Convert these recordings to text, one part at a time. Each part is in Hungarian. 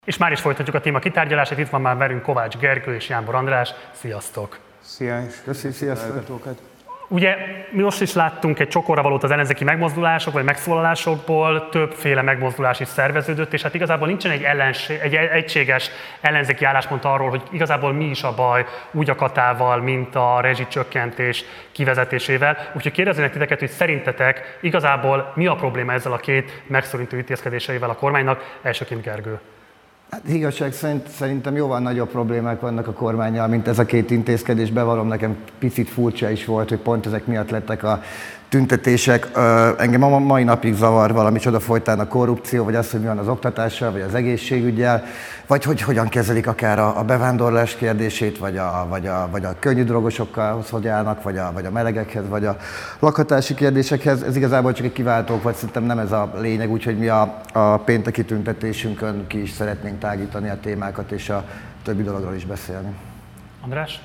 És már is folytatjuk a téma kitárgyalását, itt van már velünk Kovács Gergő és Jánbor András. Sziasztok! Szia, és köszönjük sziasztok! Ugye mi most is láttunk egy csokorra valót az ellenzéki megmozdulások vagy megszólalásokból, többféle megmozdulás is szerveződött, és hát igazából nincsen egy egységes ellenzéki álláspont arról, hogy igazából mi is a baj úgy a Katával, mint a rezsicsökkentés kivezetésével. Úgyhogy kérdeznének titeket, hogy szerintetek igazából mi a probléma ezzel a két megszorító intézkedéseivel a kormánynak? Elsőként Gergő. Hát igazság szerint szerintem jóval nagyobb problémák vannak a kormánnyal, mint ez a két intézkedés. Bevallom, nekem picit furcsa is volt, hogy pont ezek miatt lettek a tüntetések. Engem a mai napig zavar valami csoda folytán a korrupció, vagy az, hogy mi van az oktatással, vagy az egészségügyel, vagy hogy hogyan kezelik akár a bevándorlás kérdését, vagy a könnyű drogosokkal hogy állnak, vagy a melegekhez, vagy a lakhatási kérdésekhez. Ez igazából csak egy kiváltók, vagy szerintem nem ez a lényeg, úgyhogy mi a pénteki tüntetésünkön ki is szeretnénk tágítani a témákat, és a többi dologról is beszélni. András?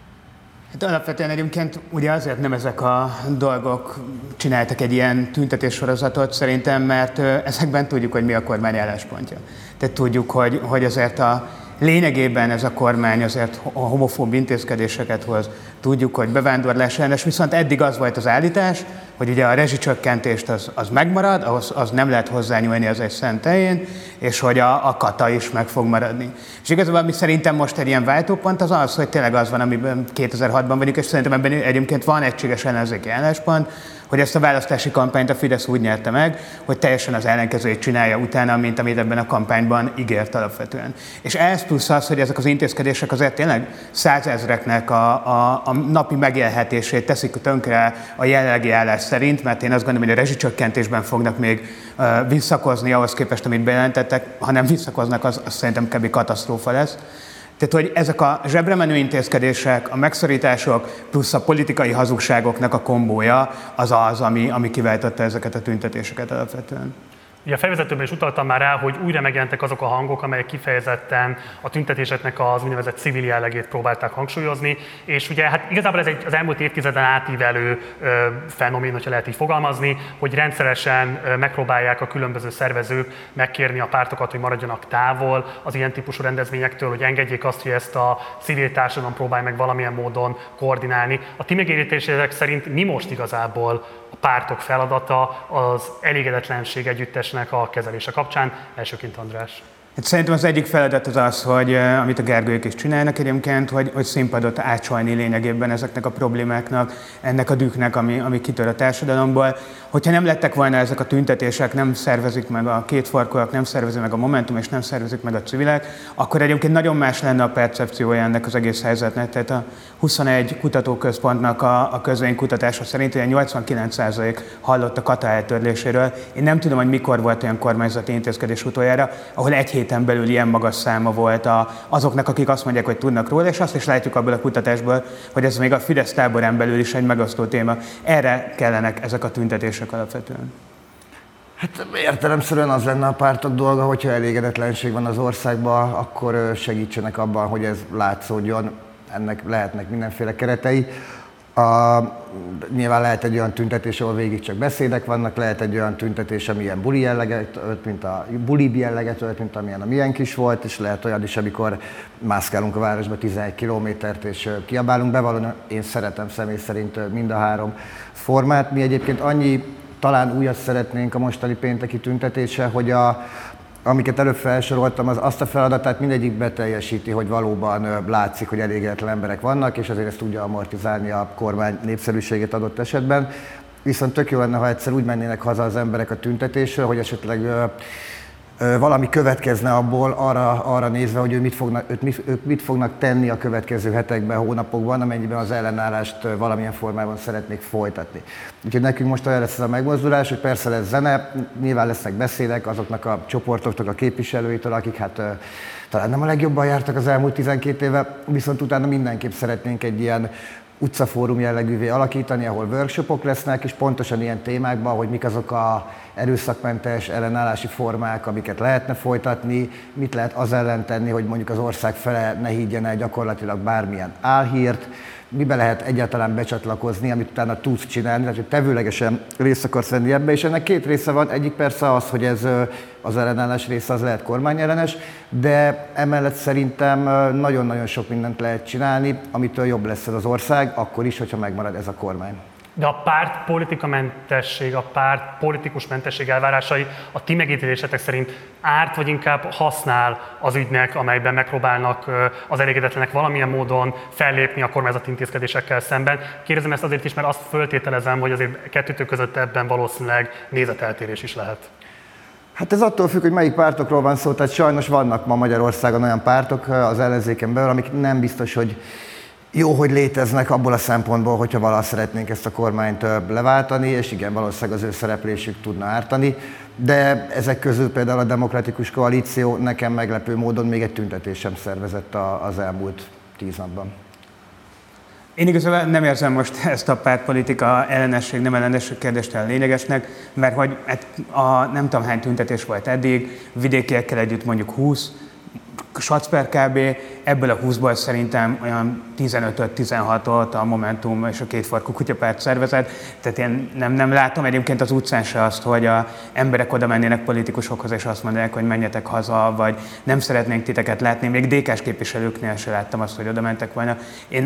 Hát alapvetően egyébként ugye azért nem ezek a dolgok csináltak egy ilyen tüntetéssorozatot szerintem, mert ezekben tudjuk, hogy mi a kormány álláspontja. Tehát tudjuk, hogy azért a lényegében ez a kormány azért a homofób intézkedéseket hoz. Tudjuk, hogy bevándorlás ellenes, viszont eddig az volt az állítás, hogy ugye a rezsicsökkentést az megmarad, az nem lehet hozzányúlni az egy szentelyén, és hogy a kata is meg fog maradni. És igazából ami szerintem most egy ilyen váltópont az az, hogy tényleg az van, amiben 2006-ban vagyunk, és szerintem ebben egyébként van egységes ellenzéki álláspont, hogy ezt a választási kampányt a Fidesz úgy nyerte meg, hogy teljesen az ellenkezőjét csinálja utána, mint amit ebben a kampányban ígért alapvetően. És ez plusz az, hogy ezek az intézkedések azért tényleg százezreknek a napi megélhetését teszik tönkre a jelenlegi állás szerint, mert én azt gondolom, hogy a rezsicsökkentésben fognak még visszakozni ahhoz képest, amit bejelentettek, ha nem visszakoznak, az szerintem kb. Katasztrófa lesz. Tehát, hogy ezek a zsebremenő intézkedések, a megszorítások plusz a politikai hazugságoknak a kombója az, ami kiváltotta ezeket a tüntetéseket alapvetően. Ugye a felvezetőben is utaltam már rá, hogy újra megjelentek azok a hangok, amelyek kifejezetten a tüntetéseknek az úgynevezett civil jellegét próbálták hangsúlyozni, és ugye hát igazából ez az elmúlt évtizeden átívelő fenomén, hogyha lehet így fogalmazni, hogy rendszeresen megpróbálják a különböző szervezők megkérni a pártokat, hogy maradjanak távol az ilyen típusú rendezvényektől, hogy engedjék azt, hogy ezt a civil társadalom próbálj meg valamilyen módon koordinálni. A ti megértések szerint mi most igazából a pártok feladata az elégedetlenség együttesnek a kezelése kapcsán? Elsőként András. Hát szerintem az egyik feladat az az, hogy amit a Gergők is csinálnak egyébként, hogy színpadot átsolni lényegében ezeknek a problémáknak, ennek a dühnek, ami kitör a társadalomból. Hogyha nem lettek volna ezek a tüntetések, nem szervezik meg a kétfarkúak, nem szervezik meg a Momentum, és nem szervezik meg a civilek, akkor egyébként nagyon más lenne a percepciója ennek az egész helyzetnek. Tehát a 21 kutatóközpontnak a közvéleménykutatása szerint olyan 89% hallott a kata eltörléséről. Én nem tudom, hogy mikor volt olyan kormányzati intézkedés utoljára, ahol egy héten belül ilyen magas száma volt azoknak, akik azt mondják, hogy tudnak róla, és azt is látjuk abból a kutatásból, hogy ez még a Fidesz táborán belül is egy megosztó téma. Erre kellenek ezek a tüntetések alapvetően. Hát értelemszerűen az lenne a pártok dolga, hogyha elégedetlenség van az országban, akkor segítsenek abban, hogy ez látszódjon. Ennek lehetnek mindenféle keretei. Nyilván lehet egy olyan tüntetés, ahol végig csak beszédek vannak, lehet egy olyan tüntetés, ami ilyen bulibb jelleget ölt, mint amilyen a miénk is volt, és lehet olyan is, amikor mászkálunk a városba 11 kilométert és kiabálunk. Bevallom, én szeretem személy szerint mind a három formát. Mi egyébként talán újat szeretnénk a mostani pénteki tüntetése, hogy amiket előbb felsoroltam, azt a feladatát mindegyik beteljesíti, hogy valóban látszik, hogy elégedetlen emberek vannak, és azért ezt tudja amortizálni a kormány népszerűségét adott esetben. Viszont tök jó lenne, ha egyszer úgy mennének haza az emberek a tüntetésről, hogy esetleg valami következne abból arra nézve, hogy ők mit fognak tenni a következő hetekben, hónapokban, amennyiben az ellenállást valamilyen formában szeretnék folytatni. Úgyhogy nekünk most olyan lesz ez a megmozdulás, hogy persze lesz zene, nyilván lesznek beszédek azoknak a csoportoknak a képviselőitől, akik hát talán nem a legjobban jártak az elmúlt 12 éve, viszont utána mindenképp szeretnénk egy ilyen utcafórum jellegűvé alakítani, ahol workshopok lesznek, és pontosan ilyen témákban, hogy mik azok a erőszakmentes ellenállási formák, amiket lehetne folytatni, mit lehet az ellen tenni, hogy mondjuk az ország fele ne higgyen el gyakorlatilag bármilyen álhírt, mibe lehet egyáltalán becsatlakozni, amit utána tudsz csinálni, tehát hogy tevőlegesen részt akarsz venni ebbe, és ennek két része van, egyik persze az, hogy ez az ellenállás része az lehet kormányellenes, de emellett szerintem nagyon-nagyon sok mindent lehet csinálni, amitől jobb lesz ez az ország, akkor is, hogyha megmarad ez a kormány. De a párt politikamentesség, a párt politikusmentesség elvárásai a ti megítélésetek szerint árt vagy inkább használ az ügynek, amelyben megpróbálnak az elégedetlenek valamilyen módon fellépni a kormányzati intézkedésekkel szemben? Kérdezem ezt azért is, mert azt föltételezem, hogy azért kettőtök között ebben valószínűleg nézeteltérés is lehet. Hát ez attól függ, hogy melyik pártokról van szó, tehát sajnos vannak ma Magyarországon olyan pártok az ellenzéken belül, amik nem biztos, hogy jó, hogy léteznek abból a szempontból, hogyha valaha szeretnénk ezt a kormányt leváltani, és igen, valószínűleg az ő szereplésük tudna ártani, de ezek közül például a Demokratikus Koalíció nekem meglepő módon még egy tüntetés sem szervezett az elmúlt 10 napban. Én igazából nem érzem most ezt a pártpolitika ellenesség, nem ellenesség kérdést el lényegesnek, mert hogy nem tudom hány tüntetés volt eddig, vidékiekkel együtt mondjuk 20, sac per kb. Ebből a 20-ból szerintem olyan 15-16-ot a Momentum és a Kétfarkú Kutyapárt szervezet. Tehát én nem látom egyébként az utcán se azt, hogy az emberek oda mennének politikusokhoz és azt mondanák, hogy menjetek haza, vagy nem szeretnénk titeket látni. Még DK-s képviselőknél se láttam azt, hogy oda mentek volna.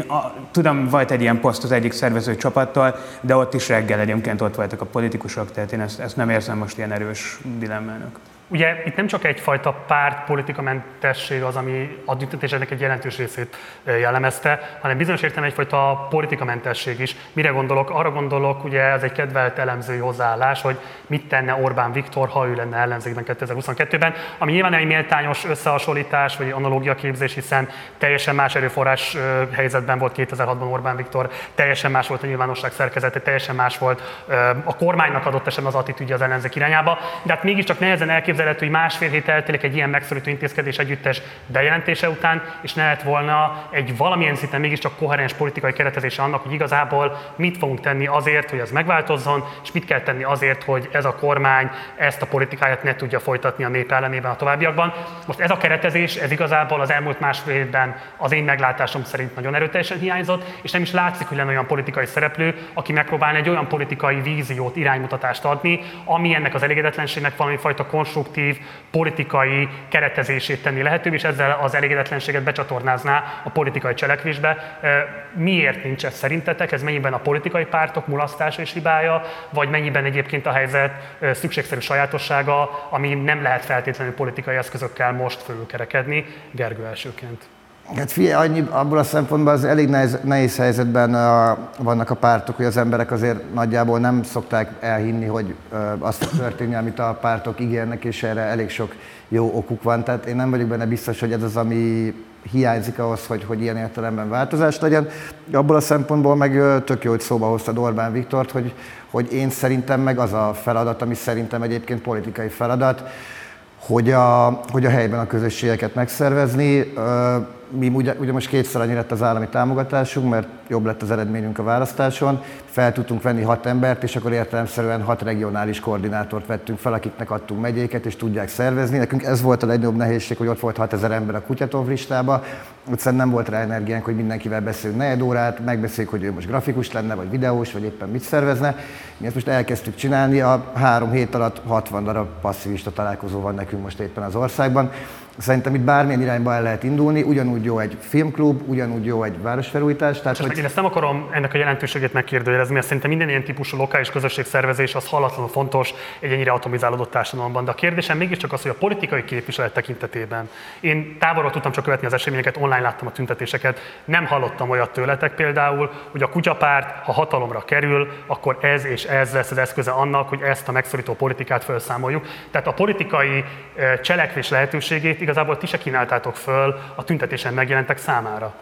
Tudom, volt egy ilyen poszt az egyik szervező csapattól, de ott is reggel egyébként ott voltak a politikusok, tehát én ezt nem érzem most ilyen erős dilemmának. Ugye itt nem csak egyfajta pártpolitikamentesség az, ami a tüntetéseknek egy jelentős részét jellemezte, hanem bizonyos értelemben egyfajta politikamentesség is. Mire gondolok? Arra gondolok, ugye ez egy kedvelt elemzői hozzáállás, hogy mit tenne Orbán Viktor, ha ő lenne ellenzékben 2022-ben, ami nyilván egy méltányos összehasonlítás, vagy analógiaképzés, hiszen teljesen más erőforrás helyzetben volt 2006-ban Orbán Viktor, teljesen más volt a nyilvánosság szerkezete, teljesen más volt a kormánynak adott esetben az attitűdje az ellenzék irányába, de hát mégiscsak nehezen elképzelhető, hogy másfél hét eltelik egy ilyen megszorító intézkedés együttes bejelentése után, és ne lett volna egy valamilyen szinten mégiscsak koherens politikai keretezése annak, hogy igazából mit fogunk tenni azért, hogy ez megváltozzon, és mit kell tenni azért, hogy ez a kormány ezt a politikáját ne tudja folytatni a nép ellenében a továbbiakban. Most ez a keretezés, ez igazából az elmúlt másfél évben az én meglátásom szerint nagyon erőteljesen hiányzott, és nem is látszik, hogy lenne olyan politikai szereplő, aki megpróbálna egy olyan politikai víziót, iránymutatást adni, ami ennek az elégedetlenségnek valami fajta konstruktív politikai keretezését tenni lehetővé, és ezzel az elégedetlenséget becsatornázná a politikai cselekvésbe. Miért nincs ez szerintetek? Ez mennyiben a politikai pártok mulasztása és hibája, vagy mennyiben egyébként a helyzet szükségszerű sajátossága, ami nem lehet feltétlenül politikai eszközökkel most fölülkerekedni? Gergő elsőként. Hát figyelj, abból a szempontból az elég nehéz helyzetben vannak a pártok, hogy az emberek azért nagyjából nem szokták elhinni, hogy azt fog történni, amit a pártok ígérnek, és erre elég sok jó okuk van. Tehát én nem vagyok benne biztos, hogy ez az, ami hiányzik ahhoz, hogy ilyen értelemben változás legyen. Abból a szempontból meg tök jó, hogy szóba hoztad Orbán Viktort, hogy én szerintem meg az a feladat, ami szerintem egyébként politikai feladat, hogy a helyben a közösségeket megszervezni. Mi ugye most kétszer annyi lett az állami támogatásunk, mert jobb lett az eredményünk a választáson. Fel tudtunk venni 6 embert, és akkor értelemszerűen 6 regionális koordinátort vettünk fel, akiknek adtunk megyéket, és tudják szervezni. Nekünk ez volt a legnagyobb nehézség, hogy ott volt 6000 ember a Kutyatov listában. Egyszerűen nem volt rá energiánk, hogy mindenkivel beszéljünk negyed órát, megbeszéljük, hogy ő most grafikus lenne, vagy videós, vagy éppen mit szervezne. Mi ezt most elkezdtük csinálni, a 3 hét alatt 60 darab passzivista találkozó van nekünk most éppen az országban. Szerintem itt bármilyen irányba el lehet indulni, ugyanúgy jó egy filmklub, ugyanúgy jó egy városfelújítás. Tehát, hogy... Én ezt nem akarom ennek a jelentőségét megkérdőjelezni, mert szerintem minden ilyen típusú lokális közösségszervezés az hallatlanul fontos egy ennyire atomizálódott társadalomban. De a kérdésem mégiscsak az, hogy a politikai képviselet tekintetében én távolról tudtam csak követni az eseményeket, online láttam a tüntetéseket, nem hallottam olyat tőletek például, hogy a Kutyapárt, ha hatalomra kerül, akkor ez és ez lesz az eszköze annak, hogy ezt a megszorító politikát felszámoljuk. Tehát a politikai cselekvés lehetőségét igazából ti se kínáltátok föl a tüntetésen megjelentek számára.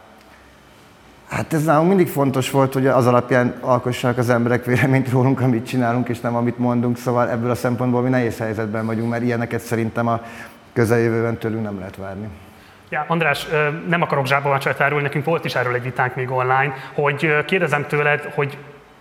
Hát ez nálunk mindig fontos volt, hogy az alapján alkossanak az emberek véleményt rólunk, amit csinálunk, és nem amit mondunk, szóval ebből a szempontból mi nehéz helyzetben vagyunk, mert ilyeneket szerintem a közeljövőben tőlünk nem lehet várni. Ja, András, nem akarok zsákba árulni, nekünk volt is erről egy vitánk még online, hogy kérdezem tőled, hogy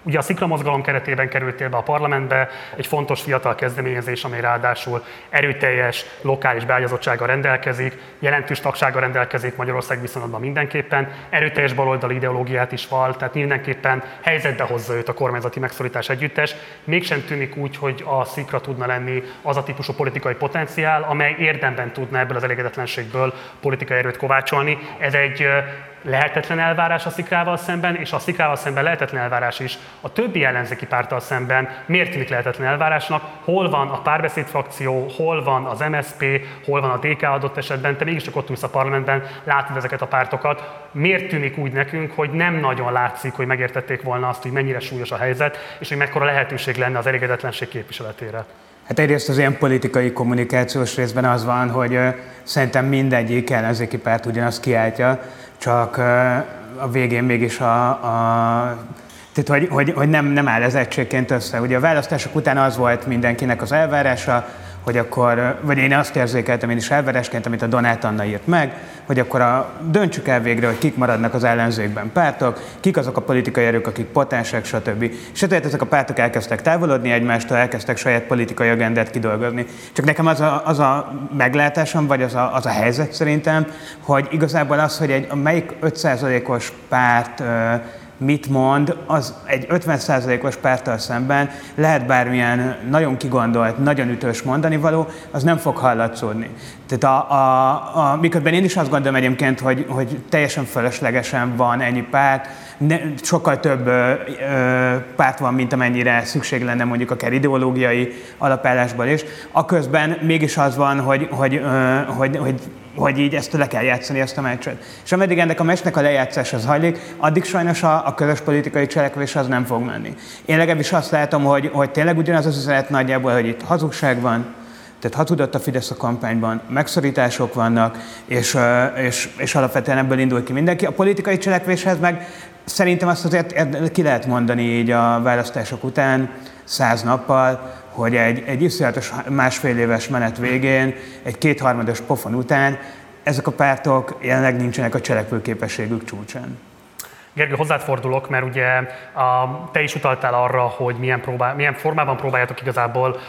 Ugye a Szikra mozgalom keretében kerültél be a parlamentbe, egy fontos fiatal kezdeményezés, amely ráadásul erőteljes lokális beágyazottsággal rendelkezik, jelentős tagsággal rendelkezik Magyarország viszonylatban mindenképpen, erőteljes baloldali ideológiát is val, tehát mindenképpen helyzetbe hozza őt a kormányzati megszorítás együttes. Mégsem tűnik úgy, hogy a Szikra tudna lenni az a típusú politikai potenciál, amely érdemben tudna ebből az elégedetlenségből politikai erőt kovácsolni. Ez egy lehetetlen elvárás a Szikrával szemben, és a Szikrával szemben lehetetlen elvárás is a többi ellenzéki párttal szemben. Miért tűnik lehetetlen elvárásnak? Hol van a Párbeszéd frakció, hol van az MSZP, hol van a DK adott esetben? Te mégiscsak ott ülsz a parlamentben, látod ezeket a pártokat. Miért tűnik úgy nekünk, hogy nem nagyon látszik, hogy megértették volna azt, hogy mennyire súlyos a helyzet, és hogy mekkora lehetőség lenne az elégedetlenség képviseletére? Hát egyrészt az ilyen politikai kommunikációs részben az van, hogy szerintem mindegyik ellenzéki párt ugyanazt kiáltja, csak a végén mégis tehát, hogy nem áll ez egységként össze. Ugye a választások után az volt mindenkinek az elvárása, hogy akkor, vagy én azt érzékeltem én is elvárásként, amit a Donát Anna írt meg, hogy akkor döntsük el végre, hogy kik maradnak az ellenzékben pártok, kik azok a politikai erők, akik potensek, stb. És tehát ezek a pártok elkezdtek távolodni egymástól, elkezdtek saját politikai agendát kidolgozni. Csak nekem az a meglátásom, vagy az a helyzet szerintem, hogy igazából az, hogy melyik 5%-os párt mit mond, az egy 50%-os párttal szemben lehet bármilyen nagyon kigondolt, nagyon ütős mondani való, az nem fog hallatszódni. Tehát miközben én is azt gondolom egyébként, hogy teljesen fölöslegesen van ennyi párt, sokkal több párt van, mint amennyire szükség lenne mondjuk akár ideológiai alapállásból is. Aközben mégis az van, hogy így ezt le kell játszani, ezt a meccset. És ameddig ennek a meccsnek a lejátszása zajlik, addig sajnos a közös politikai cselekvés az nem fog menni. Én legalábbis azt látom, hogy tényleg ugyanaz az üzenet nagyjából, hogy itt hazugság van, tehát hazudott a Fidesz a kampányban, megszorítások vannak, és alapvetően ebből indul ki mindenki. A politikai cselekvéshez meg szerintem azt azért ki lehet mondani így a választások után, 100 nappal, hogy egy iszonyatos másfél éves menet végén, egy kétharmados pofon után ezek a pártok jelenleg nincsenek a cselekvőképességük csúcsán. Gergő, hozzád fordulok, mert ugye te is utaltál arra, hogy milyen formában próbáljátok igazából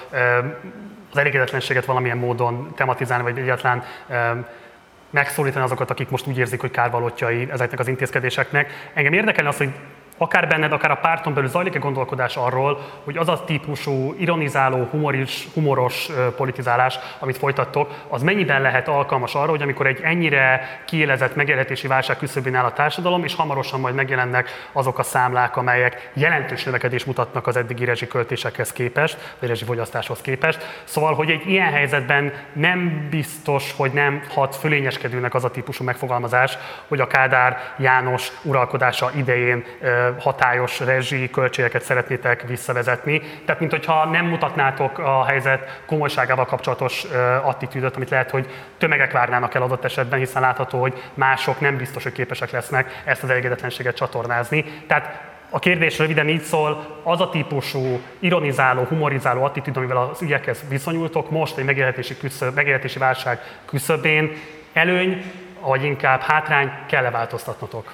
az elégedetlenséget valamilyen módon tematizálni, vagy egyáltalán megszólítani azokat, akik most úgy érzik, hogy kárvalótjai ezeknek az intézkedéseknek. Engem érdekelne az, hogy akár benned, akár a párton belül zajlik-e gondolkodás arról, hogy az a típusú ironizáló, humoros politizálás, amit folytattok, az mennyiben lehet alkalmas arra, hogy amikor egy ennyire kiélezett megélhetési válság küszöbén áll a társadalom, és hamarosan majd megjelennek azok a számlák, amelyek jelentős növekedést mutatnak az eddigi rezsiköltésekhez képest, vagy rezsifogyasztáshoz képest. Szóval, hogy egy ilyen helyzetben nem biztos, hogy nem hat fölényeskedőnek az a típusú megfogalmazás, hogy a Kádár János uralkodása idején hatályos rezsi költségeket szeretnétek visszavezetni. Tehát, minthogyha nem mutatnátok a helyzet komolyságával kapcsolatos attitűdöt, amit lehet, hogy tömegek várnának el adott esetben, hiszen látható, hogy mások nem biztos, hogy képesek lesznek ezt az elégedetlenséget csatornázni. Tehát a kérdés röviden így szól, az a ironizáló, humorizáló attitűd, amivel az ügyekhez viszonyultok, most egy megélhetési válság küszöbén előny, vagy inkább hátrány, kell-e változtatnotok?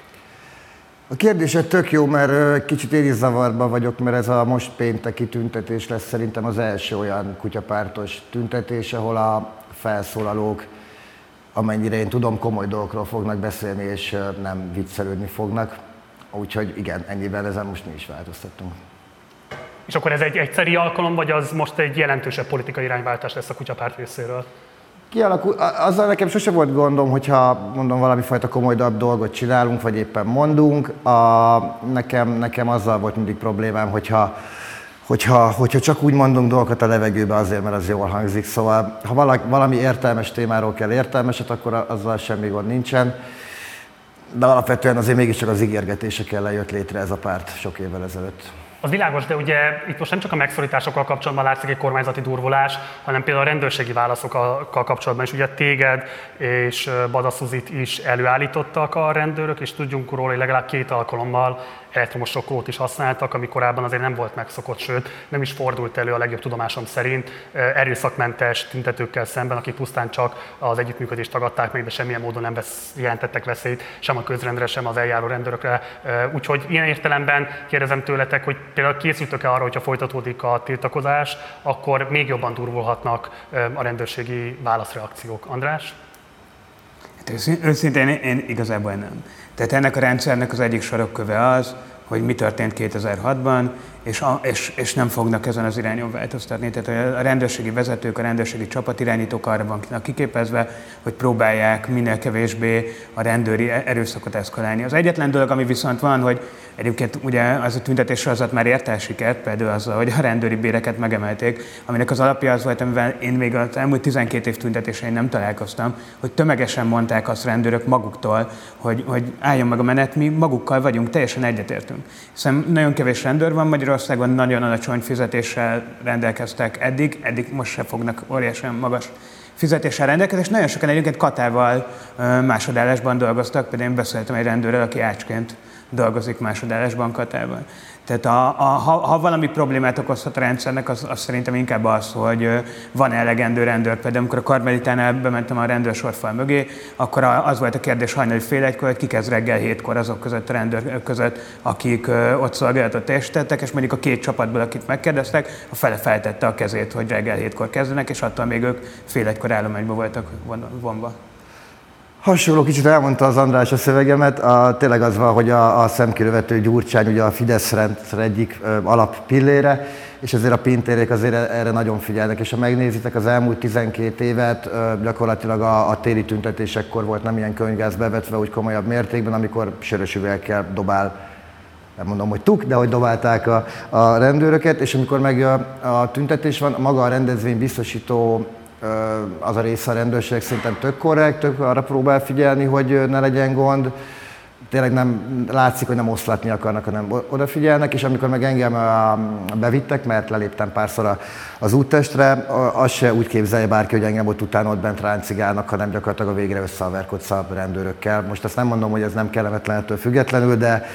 A kérdése tök jó, mert kicsit én is zavarban vagyok, mert ez a most pénteki tüntetés lesz szerintem az első olyan kutyapártos tüntetés, ahol a felszólalók, amennyire én tudom, komoly dolgokról fognak beszélni, és nem viccelődni fognak. Úgyhogy igen, ennyiben ezen most mi is változtattunk. És akkor ez egy egyszeri alkalom, vagy az most egy jelentősebb politikai irányváltás lesz a kutyapárt részéről? Azzal nekem sose volt gondom, hogyha mondom valami fajta komoly dolgot csinálunk, vagy éppen mondunk. Nekem azzal volt mindig problémám, hogyha csak úgy mondunk dolgokat a levegőbe azért, mert az jól hangzik. Szóval ha valami értelmes témáról kell értelmeset, akkor azzal semmi gond nincsen. De alapvetően azért mégiscsak az ígérgetésekkel jött létre ez a párt sok évvel ezelőtt. Az világos, de ugye itt most nem csak a megszorításokkal kapcsolatban látszik egy kormányzati durvulás, hanem például a rendőrségi válaszokkal kapcsolatban is. Ugye téged és Badaszuzit is előállítottak a rendőrök, és tudjunk róla, hogy legalább 2 alkalommal elektromos sokkolót is használtak, ami korábban azért nem volt megszokott, sőt nem is fordult elő a legjobb tudomásom szerint erőszakmentes tüntetőkkel szemben, akik pusztán csak az együttműködést tagadták meg, de semmilyen módon nem jelentettek veszélyt sem a közrendre, sem az eljáró rendőrökre. Úgyhogy ilyen értelemben kérdezem tőletek, hogy például készültök-e arra, hogyha folytatódik a tiltakozás, akkor még jobban durvulhatnak a rendőrségi válaszreakciók. András? Hát őszintén én igazából nem. Tehát ennek a rendszernek az egyik sarokköve az, hogy mi történt 2006-ban, és nem fognak ezen az irányon változtatni. Tehát a rendőrségi vezetők, a rendőrségi csapatirányítók arra vannak kiképezve, hogy próbálják minél kevésbé a rendőri erőszakot eszkalálni. Az egyetlen dolog, ami viszont van, hogy egyébként ugye az a tüntetéssorozat már ért el sikert, például azzal, hogy a rendőri béreket megemelték, aminek az alapja az volt, amivel én még az elmúlt 12 év tüntetésein nem találkoztam, hogy tömegesen mondták azt rendőrök maguktól, hogy álljon meg a menet, mi magukkal vagyunk, teljesen egyetértünk. Hiszen nagyon kevés rendőr van Magyarországon, nagyon alacsony fizetéssel rendelkeztek eddig most se fognak óriásan magas fizetéssel rendelkezni, és nagyon sokan egyébként katával másodállásban dolgoztak, például én beszéltem egy rendőrrel, aki ácsként dolgozik másodállásban Katában. Tehát ha valami problémát okozhat a rendszernek, az szerintem inkább az, hogy van elegendő rendőr. Például amikor a Karmelitánál bementem a rendőrsorfal mögé, akkor az volt a kérdés hajnali fél egykor, hogy ki kezd reggel 7-kor azok között, a rendőrök között, akik ott szolgálatot teljesítettek, és mondjuk a két csapatból, akit megkérdeztek, a fele feltette a kezét, hogy reggel 7-kor kezdenek, és attól még ők fél egykor állományba voltak vonva. Hasonló kicsit elmondta az András a szövegemet, tényleg az van, hogy a szemkilövető Gyurcsány ugye a Fidesz rendszer egyik alappillére, és azért a pintérék azért erre nagyon figyelnek, és ha megnézitek az elmúlt 12 évet, gyakorlatilag a téli tüntetésekkor volt nem ilyen könyvgáz bevetve úgy komolyabb mértékben, amikor sörös üveggel nem mondom, hogy de hogy dobálták a rendőröket, és amikor meg a tüntetés van, maga a rendezvény biztosító az a része a rendőrség szerintem tök korrekt, tök arra próbál figyelni, hogy ne legyen gond. Tényleg nem látszik, hogy nem oszlatni akarnak, hanem odafigyelnek, és amikor meg engem bevittek, mert leléptem párszor az úttestre, az se úgy képzelje bárki, hogy engem ott bent ráncigálnak, hanem gyakorlatilag a végre összeverkodsz a rendőrökkel. Most azt nem mondom, hogy ez nem kellemetlen ettől függetlenül, de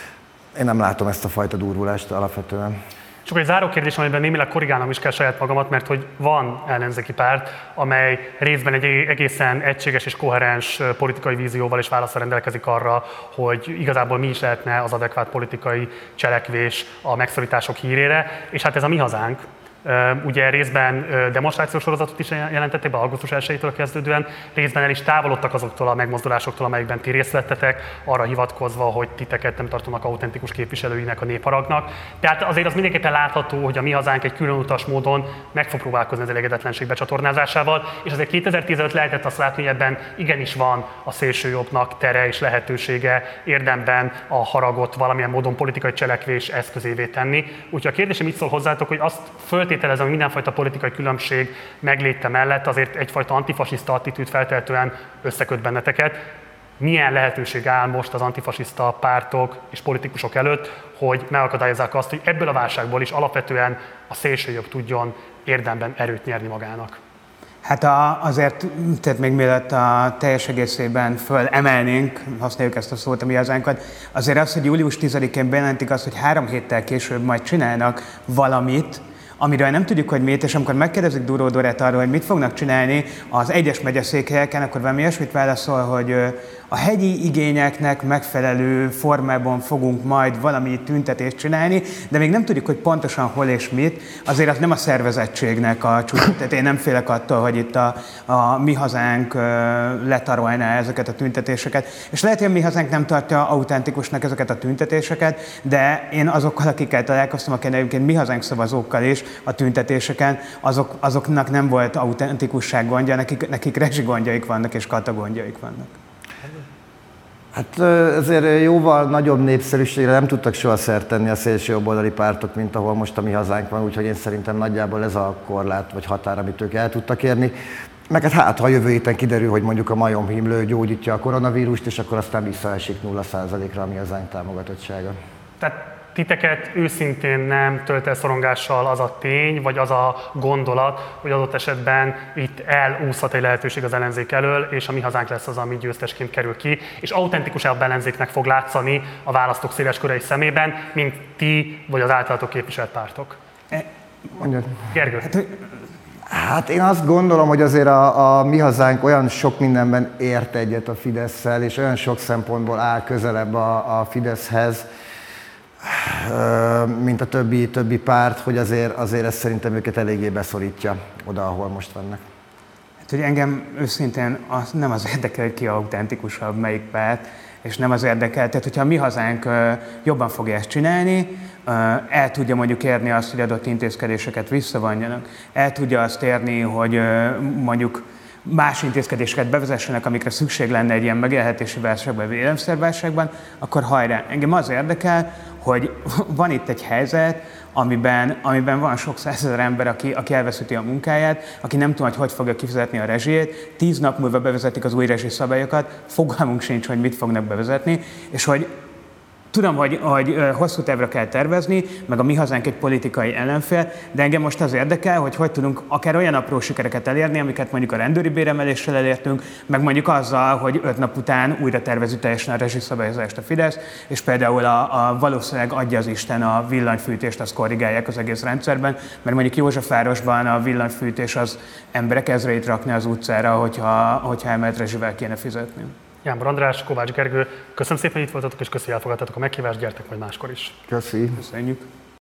én nem látom ezt a fajta durvulást alapvetően. És akkor egy záró kérdés, amiben némileg korrigálnom is kell saját magamat, mert hogy van ellenzéki párt, amely részben egy egészen egységes és koherens politikai vízióval és válaszra rendelkezik arra, hogy igazából mi is lehetne az adekvát politikai cselekvés a megszorítások hírére, és hát ez a Mi Hazánk. Ugye részben demonstrációs sorozatot is jelentettek be augusztus 1-től kezdődően, részben el is távolodtak azoktól a megmozdulásoktól, amelyekben ti részt vettetek, arra hivatkozva, hogy titeket nem tartanak autentikus képviselőinek a népharagnak. Tehát azért az mindenképpen látható, hogy a Mi Hazánk egy különutas módon meg fog próbálkozni az elégedetlenség becsatornázásával, és azért 2015 lehetett azt látni, hogy ebben igenis van a szélsőjobbnak tere és lehetősége érdemben a haragot valamilyen módon politikai cselekvés eszközévé tenni. Úgyhogy a kérdésem így szól hozzátok, hogy azt feltételezem, hogy mindenfajta politikai különbség megléte mellett azért egyfajta antifasiszta attitűd feltehetően összeköt benneteket. Milyen lehetőség áll most az antifasiszta pártok és politikusok előtt, hogy megakadályozzák azt, hogy ebből a válságból is alapvetően a szélsőjobb tudjon érdemben erőt nyerni magának? Hát azért, tehát még mielőtt a teljes egészében fölemelnénk, használjuk ezt a szót, a Mi Hazánkat, azért az, hogy július 10-én bejelentik azt, hogy 3 héttel később majd csinálnak valamit, amiről nem tudjuk, hogy mit, és amikor megkérdezik Duró Dorát arról, hogy mit fognak csinálni az egyes megyeszékhelyeken, akkor valami ilyesmit válaszol, hogy a hegyi igényeknek megfelelő formában fogunk majd valami tüntetést csinálni, de még nem tudjuk, hogy pontosan hol és mit. Azért az nem a szervezettségnek a csúcs. Tehát én nem félek attól, hogy itt a Mi Hazánk letarolná ezeket a tüntetéseket. És lehet, hogy a Mi Hazánk nem tartja autentikusnak ezeket a tüntetéseket, de én azokkal, akikkel találkoztam, akik egyébként Mi Hazánk szavazókkal is a tüntetéseken, azoknak nem volt autentikusság gondja, nekik rezsigondjaik vannak és katagondjaik vannak. Hát ezért jóval nagyobb népszerűségre nem tudtak soha szert tenni a szélsőjobboldali pártok, mint ahol most a Mi Hazánk van, úgyhogy én szerintem nagyjából ez a korlát vagy határ, amit ők el tudtak érni. Meg hát ha jövő héten kiderül, hogy mondjuk a majomhímlő gyógyítja a koronavírust, és akkor aztán visszaesik 0%-ra a Mi Hazánk támogatottsága. Tehát titeket őszintén nem tölt el szorongással az a tény, vagy az a gondolat, hogy adott esetben itt elúszhat egy lehetőség az ellenzék elől, és a Mi Hazánk lesz az, ami győztesként kerül ki, és autentikusabb ellenzéknek fog látszani a választók széles körei szemében, mint ti, vagy az általatok képviselt pártok. Mondjad. Gergő. Hát én azt gondolom, hogy azért a Mi Hazánk olyan sok mindenben ért egyet a Fidesszel, és olyan sok szempontból áll közelebb a Fideszhez, mint a többi párt, hogy azért ez szerintem őket eléggé beszorítja oda, ahol most vannak. Hát, hogy engem őszintén nem az érdekel, hogy ki autentikusabb, melyik párt, és nem az érdekel. Tehát, hogyha a Mi Hazánk jobban fogja ezt csinálni, el tudja mondjuk érni azt, hogy adott intézkedéseket visszavonjanak, el tudja azt érni, hogy mondjuk más intézkedéseket bevezessenek, amikre szükség lenne egy ilyen megélhetési válságban, vagy élelmiszerválságban, akkor hajrá. Engem az érdekel, hogy van itt egy helyzet, amiben van sok százezer ember, aki elveszíti a munkáját, aki nem tudja, hogy fogja kifizetni a rezsijét, 10 nap múlva bevezetik az új rezsiszabályokat, fogalmunk sincs, hogy mit fognak bevezetni, és hogy tudom, hogy hosszú távra kell tervezni, meg a Mi Hazánk egy politikai ellenfél, de engem most az érdekel, hogy tudunk akár olyan apró sikereket elérni, amiket mondjuk a rendőri béremeléssel elértünk, meg mondjuk azzal, hogy 5 nap után újra tervezi teljesen a rezsiszabályozást a Fidesz, és például valószínűleg adja az Isten a villanyfűtést, azt korrigálják az egész rendszerben, mert mondjuk Józsefvárosban a villanyfűtés az emberek ezreit rakni az utcára, hogyha emelt rezsivel kéne fizetni. Jámbor András, Kovács Gergő, köszönöm szépen, hogy itt voltatok, és köszönjük, hogy elfogadtatok a meghívást, gyertek majd máskor is. Köszönjük. Köszönjük.